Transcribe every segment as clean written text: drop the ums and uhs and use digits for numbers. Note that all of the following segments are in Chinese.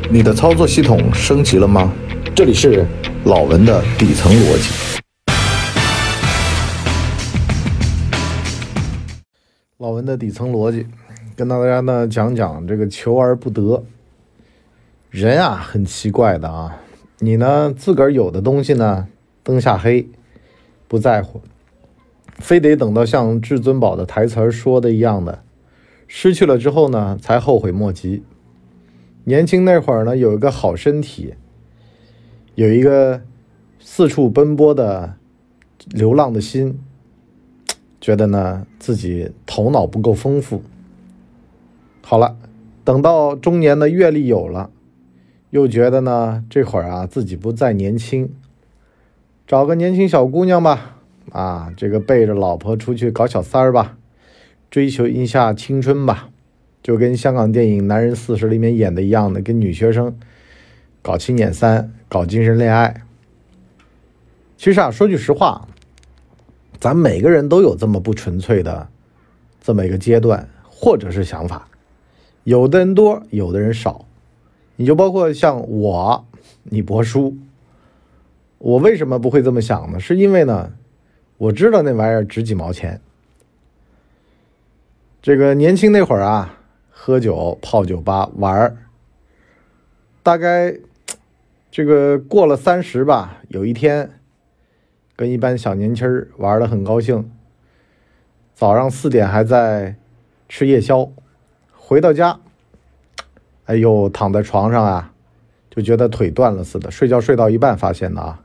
你的操作系统升级了吗？这里是老文的底层逻辑。老文的底层逻辑，跟大家呢讲讲这个求而不得。人啊很奇怪的啊，你呢自个儿有的东西呢灯下黑不在乎，非得等到像至尊宝的台词说的一样的，失去了之后呢才后悔莫及。年轻那会儿呢有一个好身体，有一个四处奔波的流浪的心，觉得呢自己头脑不够丰富。好了，等到中年的阅历有了，又觉得呢这会儿啊自己不再年轻，找个年轻小姑娘吧，这个背着老婆出去搞小三儿吧，追求一下青春吧，就跟香港电影《男人40》里面演的一样的，跟女学生搞青眼三，搞精神恋爱。其实说句实话，咱每个人都有这么不纯粹的这么一个阶段或者是想法，有的人多，有的人少。你就包括像我，你博叔，我为什么不会这么想呢？是因为呢我知道那玩意儿值几毛钱。这个年轻那会儿喝酒泡酒吧玩，大概这个过了30吧，有一天跟一班小年轻玩得很高兴，早上4点还在吃夜宵，回到家躺在床上就觉得腿断了似的，睡觉睡到一半发现的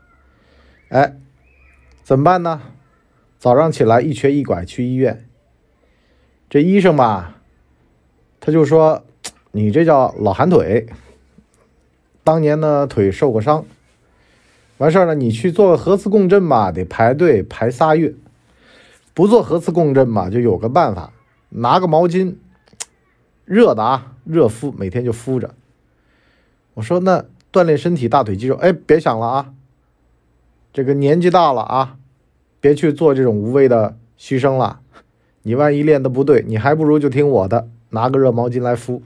怎么办呢？早上起来一瘸一拐去医院，这医生吧他就说你这叫老寒腿，当年呢腿受过伤，完事呢你去做个核磁共振吧，得排队排3月，不做核磁共振吧就有个办法，拿个毛巾热的热敷，每天就敷着。我说那锻炼身体大腿肌肉，别想了这个年纪大了别去做这种无谓的牺牲了，你万一练得不对，你还不如就听我的，拿个热毛巾来敷。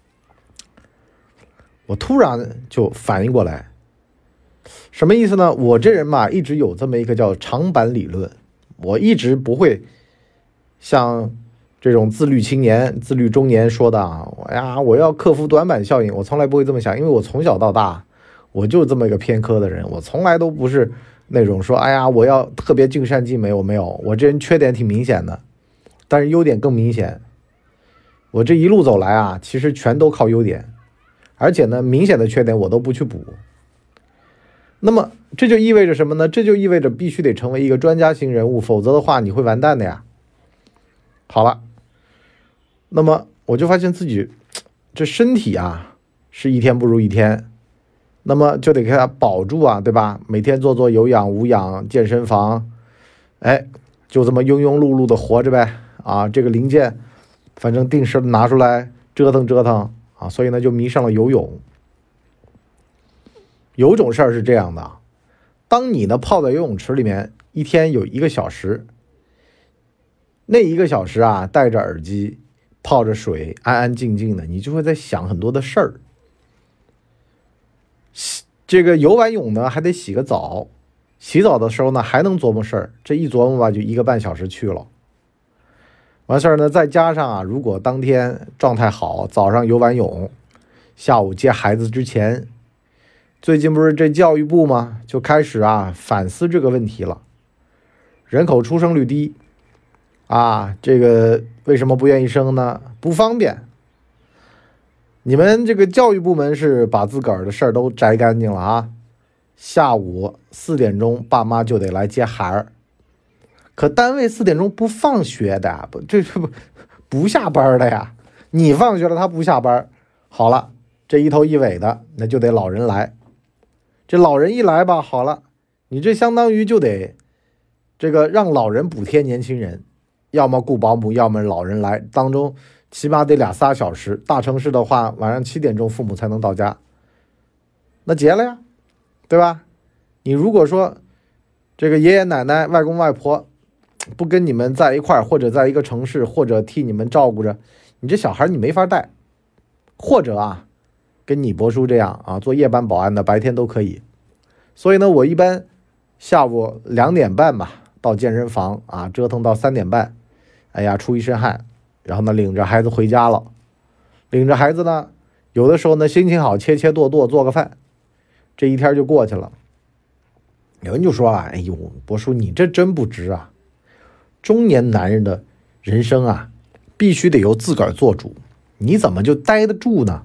我突然就反应过来，什么意思呢？我这人嘛一直有这么一个叫长板理论，我一直不会像这种自律青年自律中年说的我要克服短板效应，我从来不会这么想。因为我从小到大我就这么一个偏科的人，我从来都不是那种说我要特别尽善尽美，我没有，我这人缺点挺明显的，但是优点更明显。我这一路走来其实全都靠优点，而且呢明显的缺点我都不去补。那么这就意味着什么呢？这就意味着必须得成为一个专家型人物，否则的话你会完蛋的呀。好了，那么我就发现自己这身体是一天不如一天，那么就得给它保住对吧？每天做做有氧无氧健身房，就这么庸庸碌碌的活着呗这个零件反正定时拿出来折腾折腾所以呢就迷上了游泳。有种事儿是这样的，当你呢泡在游泳池里面一天有1个小时，那1个小时戴着耳机泡着水安安静静的，你就会在想很多的事儿。这个游完泳呢还得洗个澡，洗澡的时候呢还能琢磨事儿，这一琢磨吧就1个半小时去了。完事儿呢再加上如果当天状态好，早上游完泳，下午接孩子之前，最近不是这教育部吗就开始反思这个问题了。人口出生率低这个为什么不愿意生呢？不方便。你们这个教育部门是把自个儿的事儿都摘干净了下午4点钟爸妈就得来接孩儿，可单位4点钟不放学的，不下班的呀。你放学了他不下班，好了，这一头一尾的那就得老人来。这老人一来吧，好了，你这相当于就得这个让老人补贴年轻人，要么雇保姆，要么老人来，当中起码得2-3小时。大城市的话晚上7点钟父母才能到家，那结了呀，对吧？你如果说这个爷爷奶奶外公外婆不跟你们在一块儿，或者在一个城市，或者替你们照顾着，你这小孩你没法带。或者跟你博叔这样啊，做夜班保安的白天都可以。所以呢，我一般下午2点半吧到健身房啊，折腾到3点半，哎呀，出一身汗，然后呢领着孩子回家了。领着孩子呢，有的时候呢心情好，切切剁剁做个饭，这一天就过去了。有人就说了，哎呦，博叔你这真不值啊！中年男人的人生啊，必须得由自个儿做主，你怎么就待得住呢？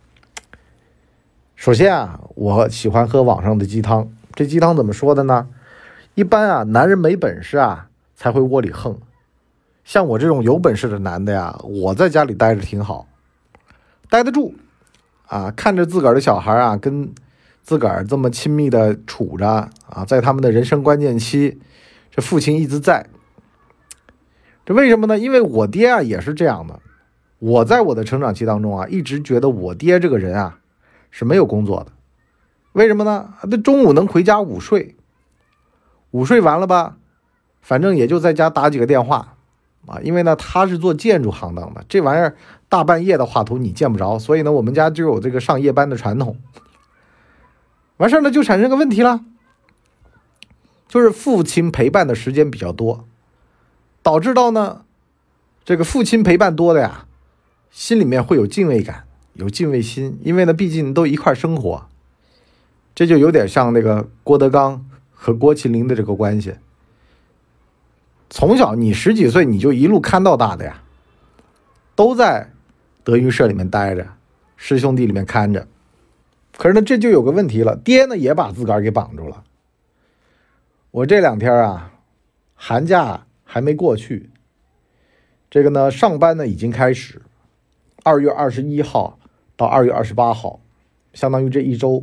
首先啊，我喜欢喝网上的鸡汤。这鸡汤怎么说的呢？一般啊，男人没本事啊，才会窝里横。像我这种有本事的男的呀，我在家里待着挺好，待得住啊。看着自个儿的小孩啊，跟自个儿这么亲密的处着啊，在他们的人生关键期，这父亲一直在。这为什么呢？因为我爹啊也是这样的。我在我的成长期当中啊，一直觉得我爹这个人啊是没有工作的。为什么呢？他中午能回家午睡，午睡完了吧，反正也就在家打几个电话啊。因为呢他是做建筑行当的，这玩意儿大半夜的画图你见不着，所以呢我们家就有这个上夜班的传统。完事儿呢就产生个问题了，就是父亲陪伴的时间比较多，导致到呢这个父亲陪伴多的呀，心里面会有敬畏感，有敬畏心，因为呢毕竟都一块生活。这就有点像那个郭德纲和郭麒麟的这个关系。从小你10几岁你就一路看到大的呀，都在德云社里面待着，师兄弟里面看着。可是呢这就有个问题了，爹呢也把自个儿给绑住了。我这2天啊，寒假还没过去，这个呢上班呢已经开始，2月21号到2月28号，相当于这一周。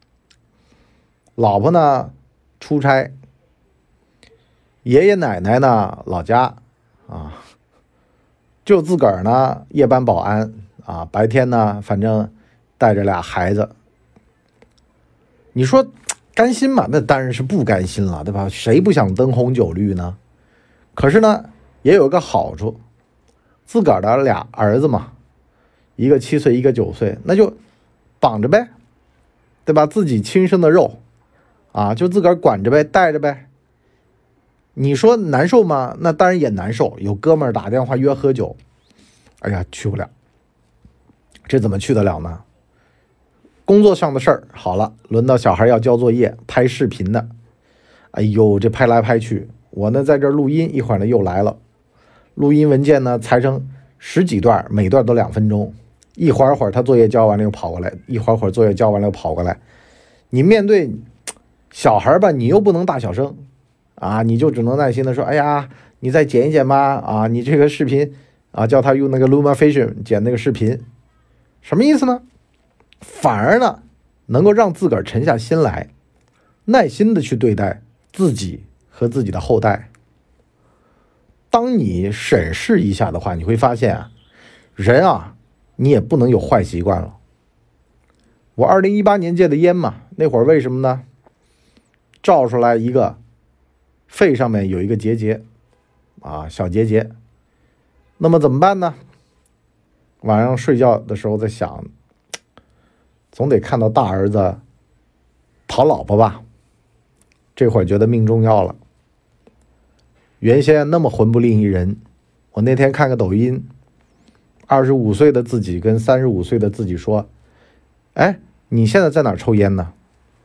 老婆呢出差，爷爷奶奶呢老家啊，就自个儿呢夜班保安啊，白天呢反正带着俩孩子。你说甘心吗？那当然是不甘心了，对吧？谁不想灯红酒绿呢？可是呢也有一个好处，自个儿的俩儿子嘛，一个7岁一个9岁，那就绑着呗，对吧？自己亲生的肉啊，就自个儿管着呗，带着呗。你说难受吗？那当然也难受。有哥们儿打电话约喝酒，哎呀去不了。这怎么去得了呢？工作上的事儿好了，轮到小孩要交作业拍视频的，哎呦这拍来拍去，我呢在这录音，一会儿呢又来了，录音文件呢裁成10几段，每段都2分钟，一会儿他作业交完了又跑过来，一会儿作业交完了又跑过来。你面对小孩吧，你又不能大小声啊，你就只能耐心的说，哎呀你再剪一剪吧啊，你这个视频啊，叫他用那个 LumaFusion 剪那个视频。什么意思呢？反而呢能够让自个儿沉下心来，耐心的去对待自己和自己的后代。当你审视一下的话，你会发现啊，人啊你也不能有坏习惯了。我2018年戒的烟嘛，那会儿为什么呢？照出来一个肺上面有一个结节啊，小结节。那么怎么办呢？晚上睡觉的时候在想，总得看到大儿子讨老婆吧，这会儿觉得命重要了。原先那么魂不吝一人，我那天看个抖音，25岁的自己跟35岁的自己说，哎，你现在在哪儿抽烟呢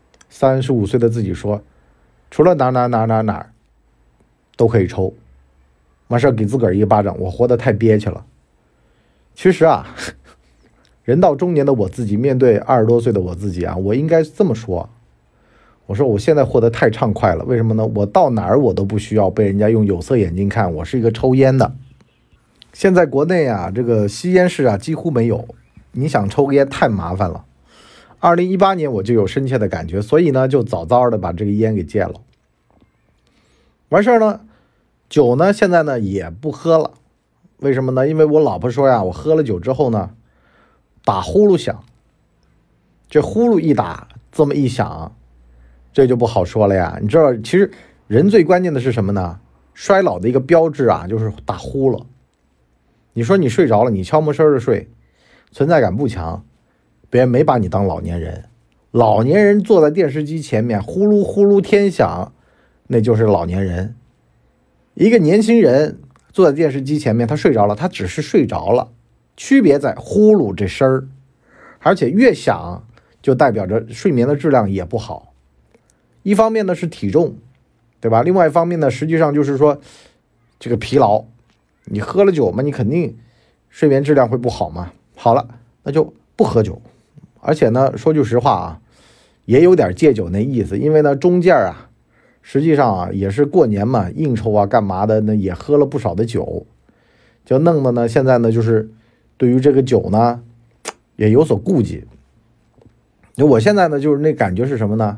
？35岁的自己说，除了哪都可以抽。完事给自个儿一个巴掌，我活得太憋屈了。其实啊，人到中年的我自己面对20多岁的我自己啊，我应该这么说，我说我现在活得太畅快了。为什么呢？我到哪儿我都不需要被人家用有色眼镜看，我是一个抽烟的。现在国内啊，这个吸烟室啊几乎没有，你想抽烟太麻烦了。2018年我就有深切的感觉，所以呢就早早的把这个烟给戒了。完事儿呢，酒呢现在呢也不喝了。为什么呢？因为我老婆说呀，我喝了酒之后呢打呼噜响，这呼噜一打这么一响，这就不好说了呀。你知道其实人最关键的是什么呢？衰老的一个标志啊就是打呼噜。你说你睡着了，你悄没声的睡，存在感不强， 别人没把你当老年人，老年人坐在电视机前面呼噜呼噜天响，那就是老年人。一个年轻人坐在电视机前面，他睡着了，他只是睡着了，区别在呼噜这声儿，而且越响就代表着睡眠的质量也不好。一方面呢是体重，对吧？另外一方面呢，实际上就是说这个疲劳，你喝了酒嘛，你肯定睡眠质量会不好嘛。好了，那就不喝酒。而且呢，说句实话啊，也有点戒酒那意思，因为呢，中间啊，实际上啊也是过年嘛，应酬啊干嘛的呢，也喝了不少的酒，就弄得呢，现在呢就是对于这个酒呢也有所顾忌。我现在呢就是那感觉是什么呢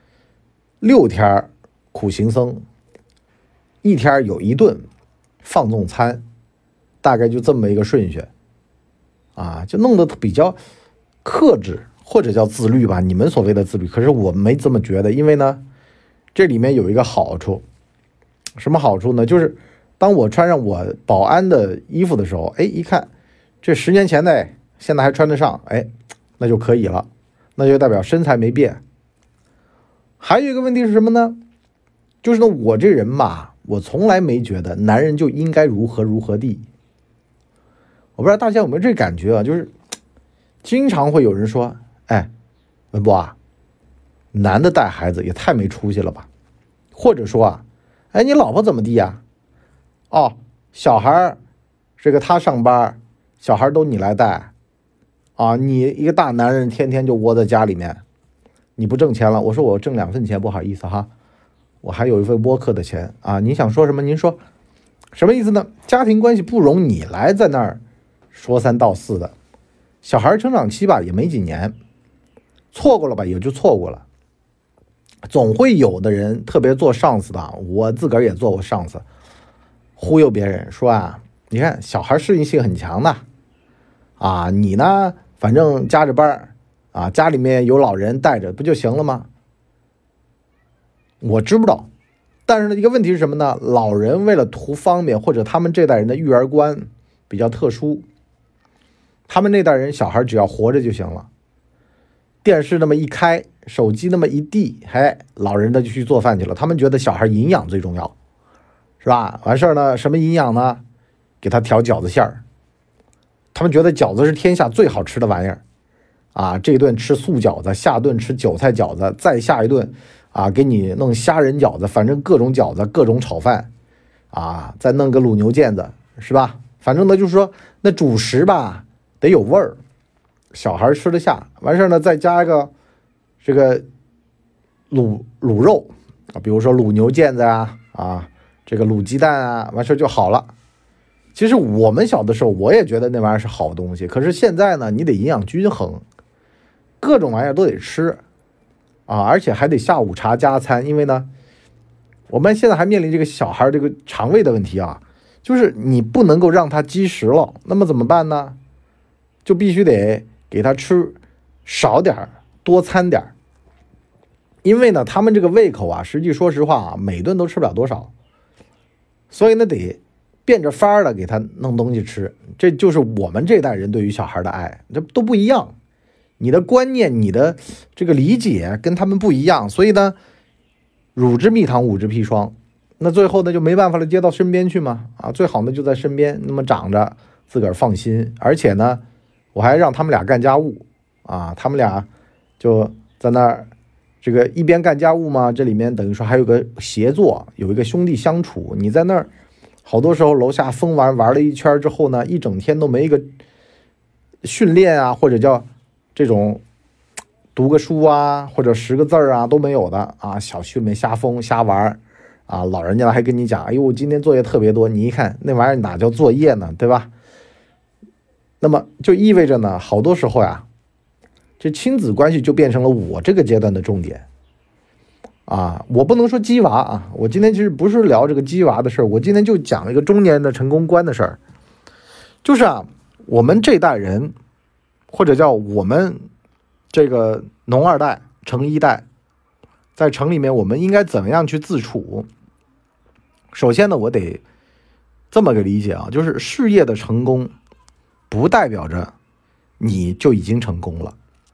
？6天苦行僧，1天有1顿放纵餐，大概就这么一个顺序啊，就弄得比较克制，或者叫自律吧，你们所谓的自律，可是我没这么觉得。因为呢这里面有一个好处，什么好处呢？就是当我穿上我保安的衣服的时候，一看这10年前的现在还穿得上，那就可以了，那就代表身材没变。还有一个问题是什么呢？就是呢我这人吧，我从来没觉得男人就应该如何如何地。我不知道大家有没有这感觉啊，就是经常会有人说，文博啊，男的带孩子也太没出息了吧。或者说啊，你老婆怎么地呀？小孩这个他上班，小孩都你来带啊，你一个大男人天天就窝在家里面，你不挣钱了。我说我挣2份钱，不好意思哈，我还有一份播客的钱啊。你想说什么？您说什么意思呢？家庭关系不容你来在那儿说3道4的。小孩成长期吧也没几年，错过了吧也就错过了。总会有的人，特别做上司的，我自个儿也做过上司，忽悠别人说啊，你看小孩适应性很强的啊，你呢反正加着班啊，家里面有老人带着不就行了吗？我知不道，但是呢一个问题是什么呢？老人为了图方便，或者他们这代人的育儿观比较特殊，他们那代人小孩只要活着就行了，电视那么一开，手机那么一递，老人呢就去做饭去了。他们觉得小孩营养最重要，是吧？完事儿呢，什么营养呢？给他调饺子馅儿。他们觉得饺子是天下最好吃的玩意儿啊！这一顿吃素饺子，下顿吃韭菜饺子，再下一顿啊，给你弄虾仁饺子，反正各种饺子，各种炒饭啊，再弄个卤牛腱子，是吧？反正呢就是说那主食吧得有味儿，小孩吃得下。完事儿呢再加一个这个卤肉啊，比如说卤牛腱子啊，这个卤鸡蛋啊，完事儿就好了。其实我们小的时候我也觉得那玩意儿是好东西，可是现在呢你得营养均衡，各种玩意儿都得吃啊，而且还得下午茶加餐。因为呢我们现在还面临这个小孩这个肠胃的问题啊，就是你不能够让他积食了，那么怎么办呢？就必须得给他吃少点多餐点。因为呢他们这个胃口啊，实际说实话啊，每顿都吃不了多少，所以呢得变着法儿的给他弄东西吃。这就是我们这代人对于小孩的爱，这都不一样，你的观念你的这个理解跟他们不一样，所以呢乳之蜜糖，侮之砒霜，那最后呢就没办法了，接到身边去嘛啊，最好呢就在身边，那么长着自个儿放心。而且呢我还让他们俩干家务啊，他们俩就在那儿这个一边干家务嘛，这里面等于说还有个协作，有一个兄弟相处。你在那儿好多时候楼下疯玩了一圈之后呢，一整天都没一个训练啊，或者叫这种读个书啊，或者识个字啊都没有的啊，小区里面瞎疯瞎玩啊，老人家还跟你讲，哎呦今天作业特别多，你一看那玩意儿哪叫作业呢，对吧？那么就意味着呢，好多时候呀，这亲子关系就变成了我这个阶段的重点啊。我不能说鸡娃啊，我今天其实不是聊这个鸡娃的事儿，我今天就讲一个中年人的成功观的事儿。就是啊，我们这代人，或者叫我们这个农二代、城一代，在城里面我们应该怎么样去自处？首先呢，我得这么个理解啊，就是事业的成功不代表着你就已经成功了。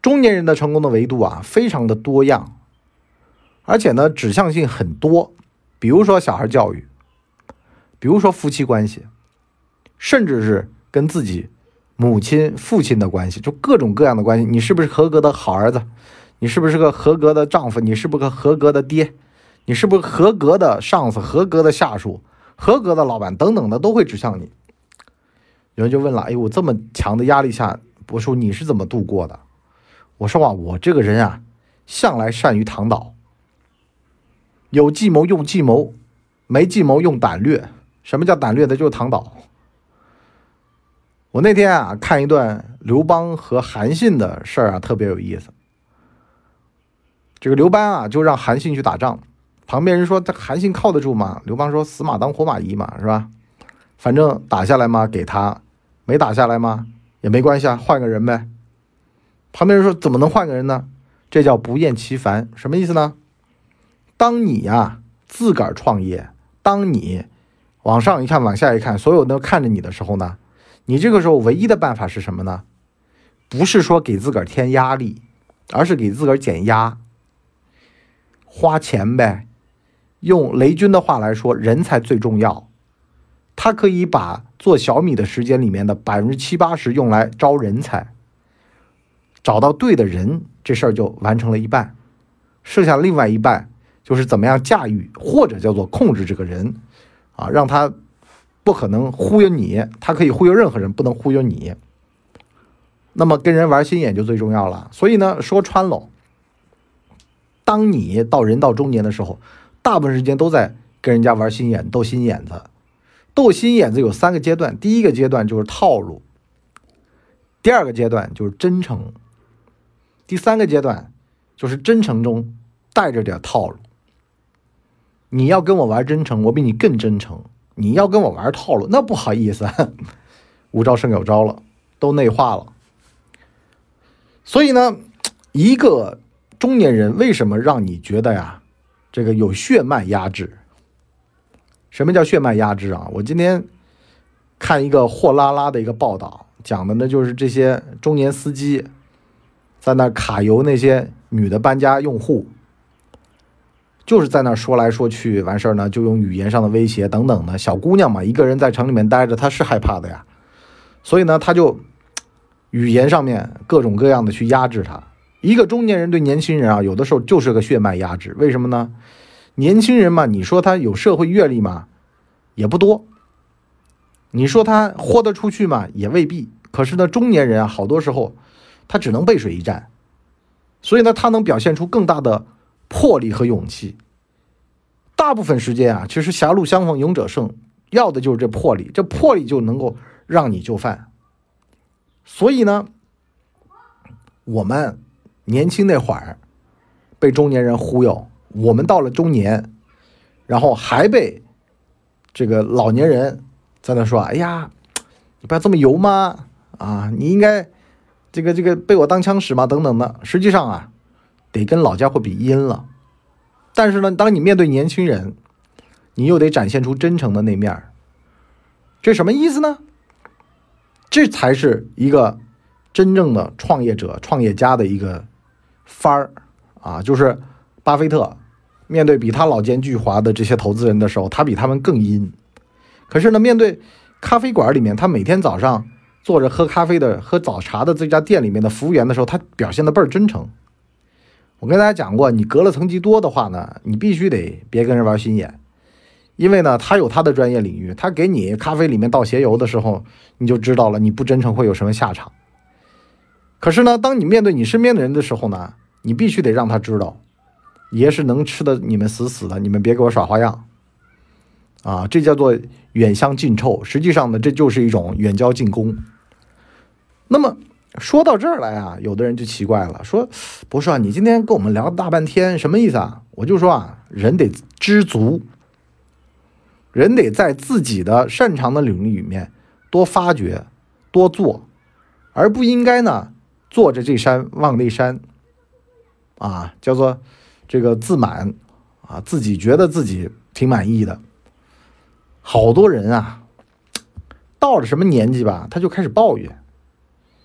中年人的成功的维度啊，非常的多样，而且呢，指向性很多。比如说小孩教育，比如说夫妻关系，甚至是跟自己母亲、父亲的关系，就各种各样的关系。你是不是合格的好儿子？你是不是个合格的丈夫？你是不是个合格的爹？你是不是合格的上司？合格的下属？合格的老板？等等的都会指向你。有人就问了，哎，我这么强的压力下，我说你是怎么度过的？我说啊，我这个人啊，向来善于躺倒，有计谋用计谋，没计谋用胆略。什么叫胆略的？就是躺倒。我那天啊看一段刘邦和韩信的事儿啊，特别有意思。这个刘邦啊就让韩信去打仗，旁边人说这韩信靠得住吗？刘邦说死马当活马医嘛，是吧？反正打下来嘛给他，没打下来嘛也没关系啊，换个人呗。旁边人说怎么能换个人呢？这叫不厌其烦。什么意思呢？当你啊自个儿创业，当你往上一看往下一看，所有人都看着你的时候呢，你这个时候唯一的办法是什么呢？不是说给自个儿添压力，而是给自个儿减压，花钱呗。用雷军的话来说，人才最重要。他可以把做小米的时间里面的70%-80%用来招人才，找到对的人，这事儿就完成了一半。剩下另外一半就是怎么样驾驭或者叫做控制这个人啊，让他不可能忽悠你，他可以忽悠任何人，不能忽悠你。那么跟人玩心眼就最重要了。所以呢，说穿了，当你到人到中年的时候，大部分时间都在跟人家玩心眼，斗心眼子。斗心眼子有3个阶段，第一个阶段就是套路，第二个阶段就是真诚，第三个阶段就是真诚中带着点套路。你要跟我玩真诚，我比你更真诚；你要跟我玩套路，那不好意思，无招胜有招了，都内化了。所以呢，一个中年人为什么让你觉得呀，这个有血脉压制？什么叫血脉压制啊？我今天看一个货拉拉的一个报道，讲的呢就是这些中年司机在那卡油那些女的搬家用户，就是在那说来说去，完事儿呢就用语言上的威胁等等的。小姑娘嘛，一个人在城里面待着，她是害怕的呀，所以呢她就语言上面各种各样的去压制她。一个中年人对年轻人啊，有的时候就是个血脉压制。为什么呢？年轻人嘛，你说他有社会阅历嘛，也不多；你说他豁得出去嘛，也未必。可是呢，中年人啊，好多时候他只能背水一战，所以呢，他能表现出更大的魄力和勇气。大部分时间啊，其实狭路相逢勇者胜，要的就是这魄力，这魄力就能够让你就范。所以呢，我们年轻那会儿被中年人忽悠，我们到了中年，然后还被这个老年人在那说，哎呀，你不要这么油嘛，啊，你应该这个被我当枪使嘛，等等的。实际上啊，得跟老家伙比阴了。但是呢，当你面对年轻人，你又得展现出真诚的那面。这什么意思呢？这才是一个真正的创业者、创业家的一个范儿啊！就是巴菲特面对比他老奸巨猾的这些投资人的时候，他比他们更阴。可是呢，面对咖啡馆里面他每天早上坐着喝咖啡的、喝早茶的这家店里面的服务员的时候，他表现的倍儿真诚。我跟大家讲过，你隔了层级多的话呢，你必须得别跟人玩心眼，因为呢，他有他的专业领域，他给你咖啡里面倒鞋油的时候，你就知道了你不真诚会有什么下场。可是呢，当你面对你身边的人的时候呢，你必须得让他知道，爷是能吃的你们死死的，你们别给我耍花样啊！这叫做远香近臭，实际上呢，这就是一种远交近攻。那么说到这儿来啊，有的人就奇怪了，说博士啊，你今天跟我们聊大半天，什么意思啊？我就说啊，人得知足，人得在自己的擅长的领域里面多发掘、多做，而不应该呢坐着这山望那山啊，叫做这个自满啊，自己觉得自己挺满意的。好多人啊，到了什么年纪吧，他就开始抱怨。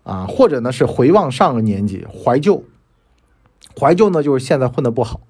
啊，或者呢是回望上个年纪，怀旧。怀旧呢就是现在混得不好，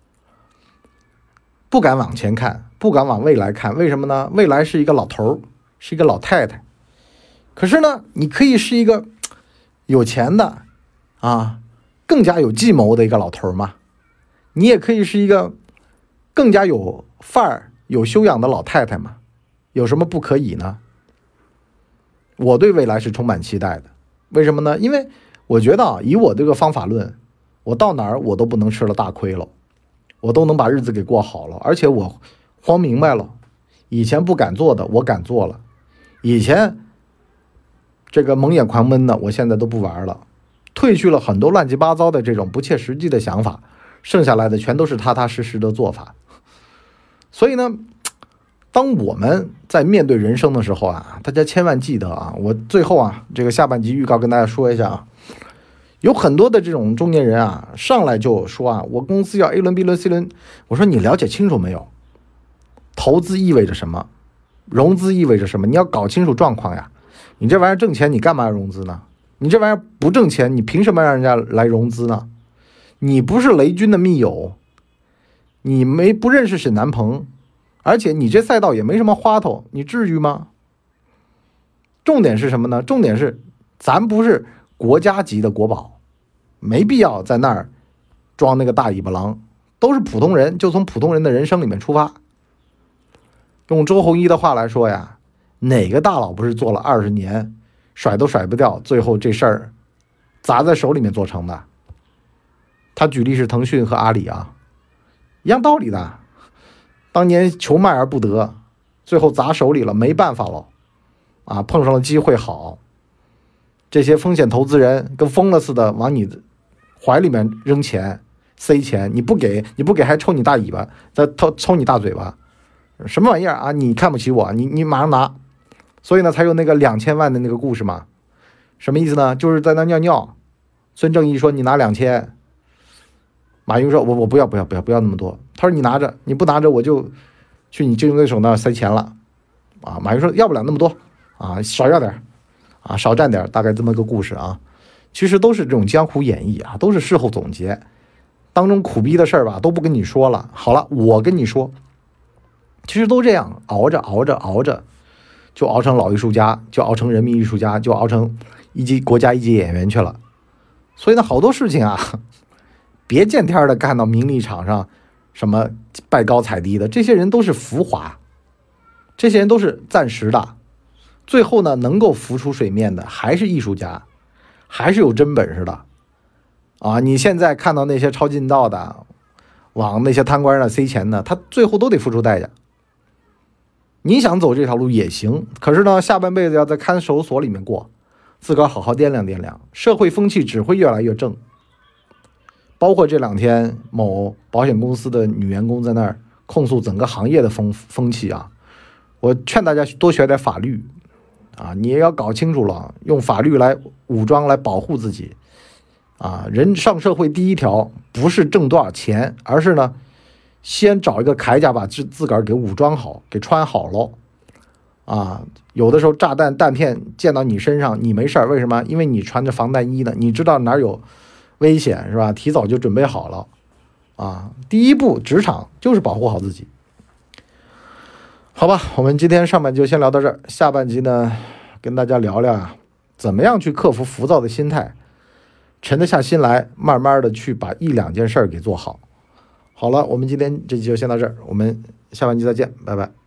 不敢往前看，不敢往未来看。为什么呢？未来是一个老头，是一个老太太。可是呢，你可以是一个有钱的啊，更加有计谋的一个老头嘛。你也可以是一个更加有范儿、有修养的老太太嘛。有什么不可以呢？我对未来是充满期待的。为什么呢？因为我觉得啊，以我这个方法论，我到哪儿我都不能吃了大亏了，我都能把日子给过好了。而且我慌明白了，以前不敢做的我敢做了，以前这个蒙眼狂闷的我现在都不玩了，褪去了很多乱七八糟的这种不切实际的想法，剩下来的全都是踏踏实实的做法。所以呢，当我们在面对人生的时候啊，大家千万记得啊，我最后啊这个下半集预告跟大家说一下啊，有很多的这种中年人啊，上来就说啊，我公司要 A 轮 B 轮 C 轮。我说你了解清楚没有？投资意味着什么？融资意味着什么？你要搞清楚状况呀。你这玩意儿挣钱，你干嘛要融资呢？你这玩意儿不挣钱，你凭什么让人家来融资呢？你不是雷军的密友，你不认识沈南鹏，而且你这赛道也没什么花头，你至于吗？重点是什么呢？重点是咱不是国家级的国宝，没必要在那儿装那个大尾巴狼，都是普通人，就从普通人的人生里面出发。用周鸿祎的话来说呀，哪个大佬不是做了20年，甩都甩不掉，最后这事儿砸在手里面做成的？他举例是腾讯和阿里啊，一样道理的。当年求卖而不得，最后砸手里了，没办法了啊，碰上了机会好，这些风险投资人跟疯了似的往你怀里面扔钱塞钱，你不给还抽你大尾巴，再抽你大嘴巴，什么玩意儿啊？你看不起我，你马上拿。所以呢才有那个2000万的那个故事嘛。什么意思呢？就是在那尿尿，孙正义说你拿2000，马云说我不要那么多，他说你拿着，你不拿着我就去你竞争对手那塞钱了啊。马云说要不了那么多啊，少要点啊，少占点，大概这么个故事啊。其实都是这种江湖演绎啊，都是事后总结，当中苦逼的事儿吧都不跟你说了。好了，我跟你说，其实都这样，熬着就熬成老艺术家，就熬成人民艺术家，就熬成国家一级演员去了。所以呢，好多事情啊，别见天的干到名利场上，什么拜高踩低的，这些人都是浮华，这些人都是暂时的，最后呢，能够浮出水面的还是艺术家，还是有真本事的啊！你现在看到那些抄近道的，往那些贪官那塞钱的，他最后都得付出代价。你想走这条路也行，可是呢，下半辈子要在看守所里面过，自个儿好好掂量掂量，社会风气只会越来越正。包括这2天某保险公司的女员工在那儿控诉整个行业的风气啊，我劝大家多学点法律啊，你也要搞清楚了，用法律来武装来保护自己啊。人上社会第一条不是挣多少钱，而是呢先找一个铠甲把自个儿给武装好，给穿好了啊。有的时候炸弹弹片溅到你身上你没事儿，为什么？因为你穿着防弹衣呢，你知道哪有危险是吧？提早就准备好了啊。第一步职场就是保护好自己。好吧，我们今天上半集就先聊到这儿，下半集呢跟大家聊聊啊，怎么样去克服浮躁的心态，沉得下心来，慢慢的去把1-2件事儿给做好。好了，我们今天这集就先到这儿，我们下半集再见，拜拜。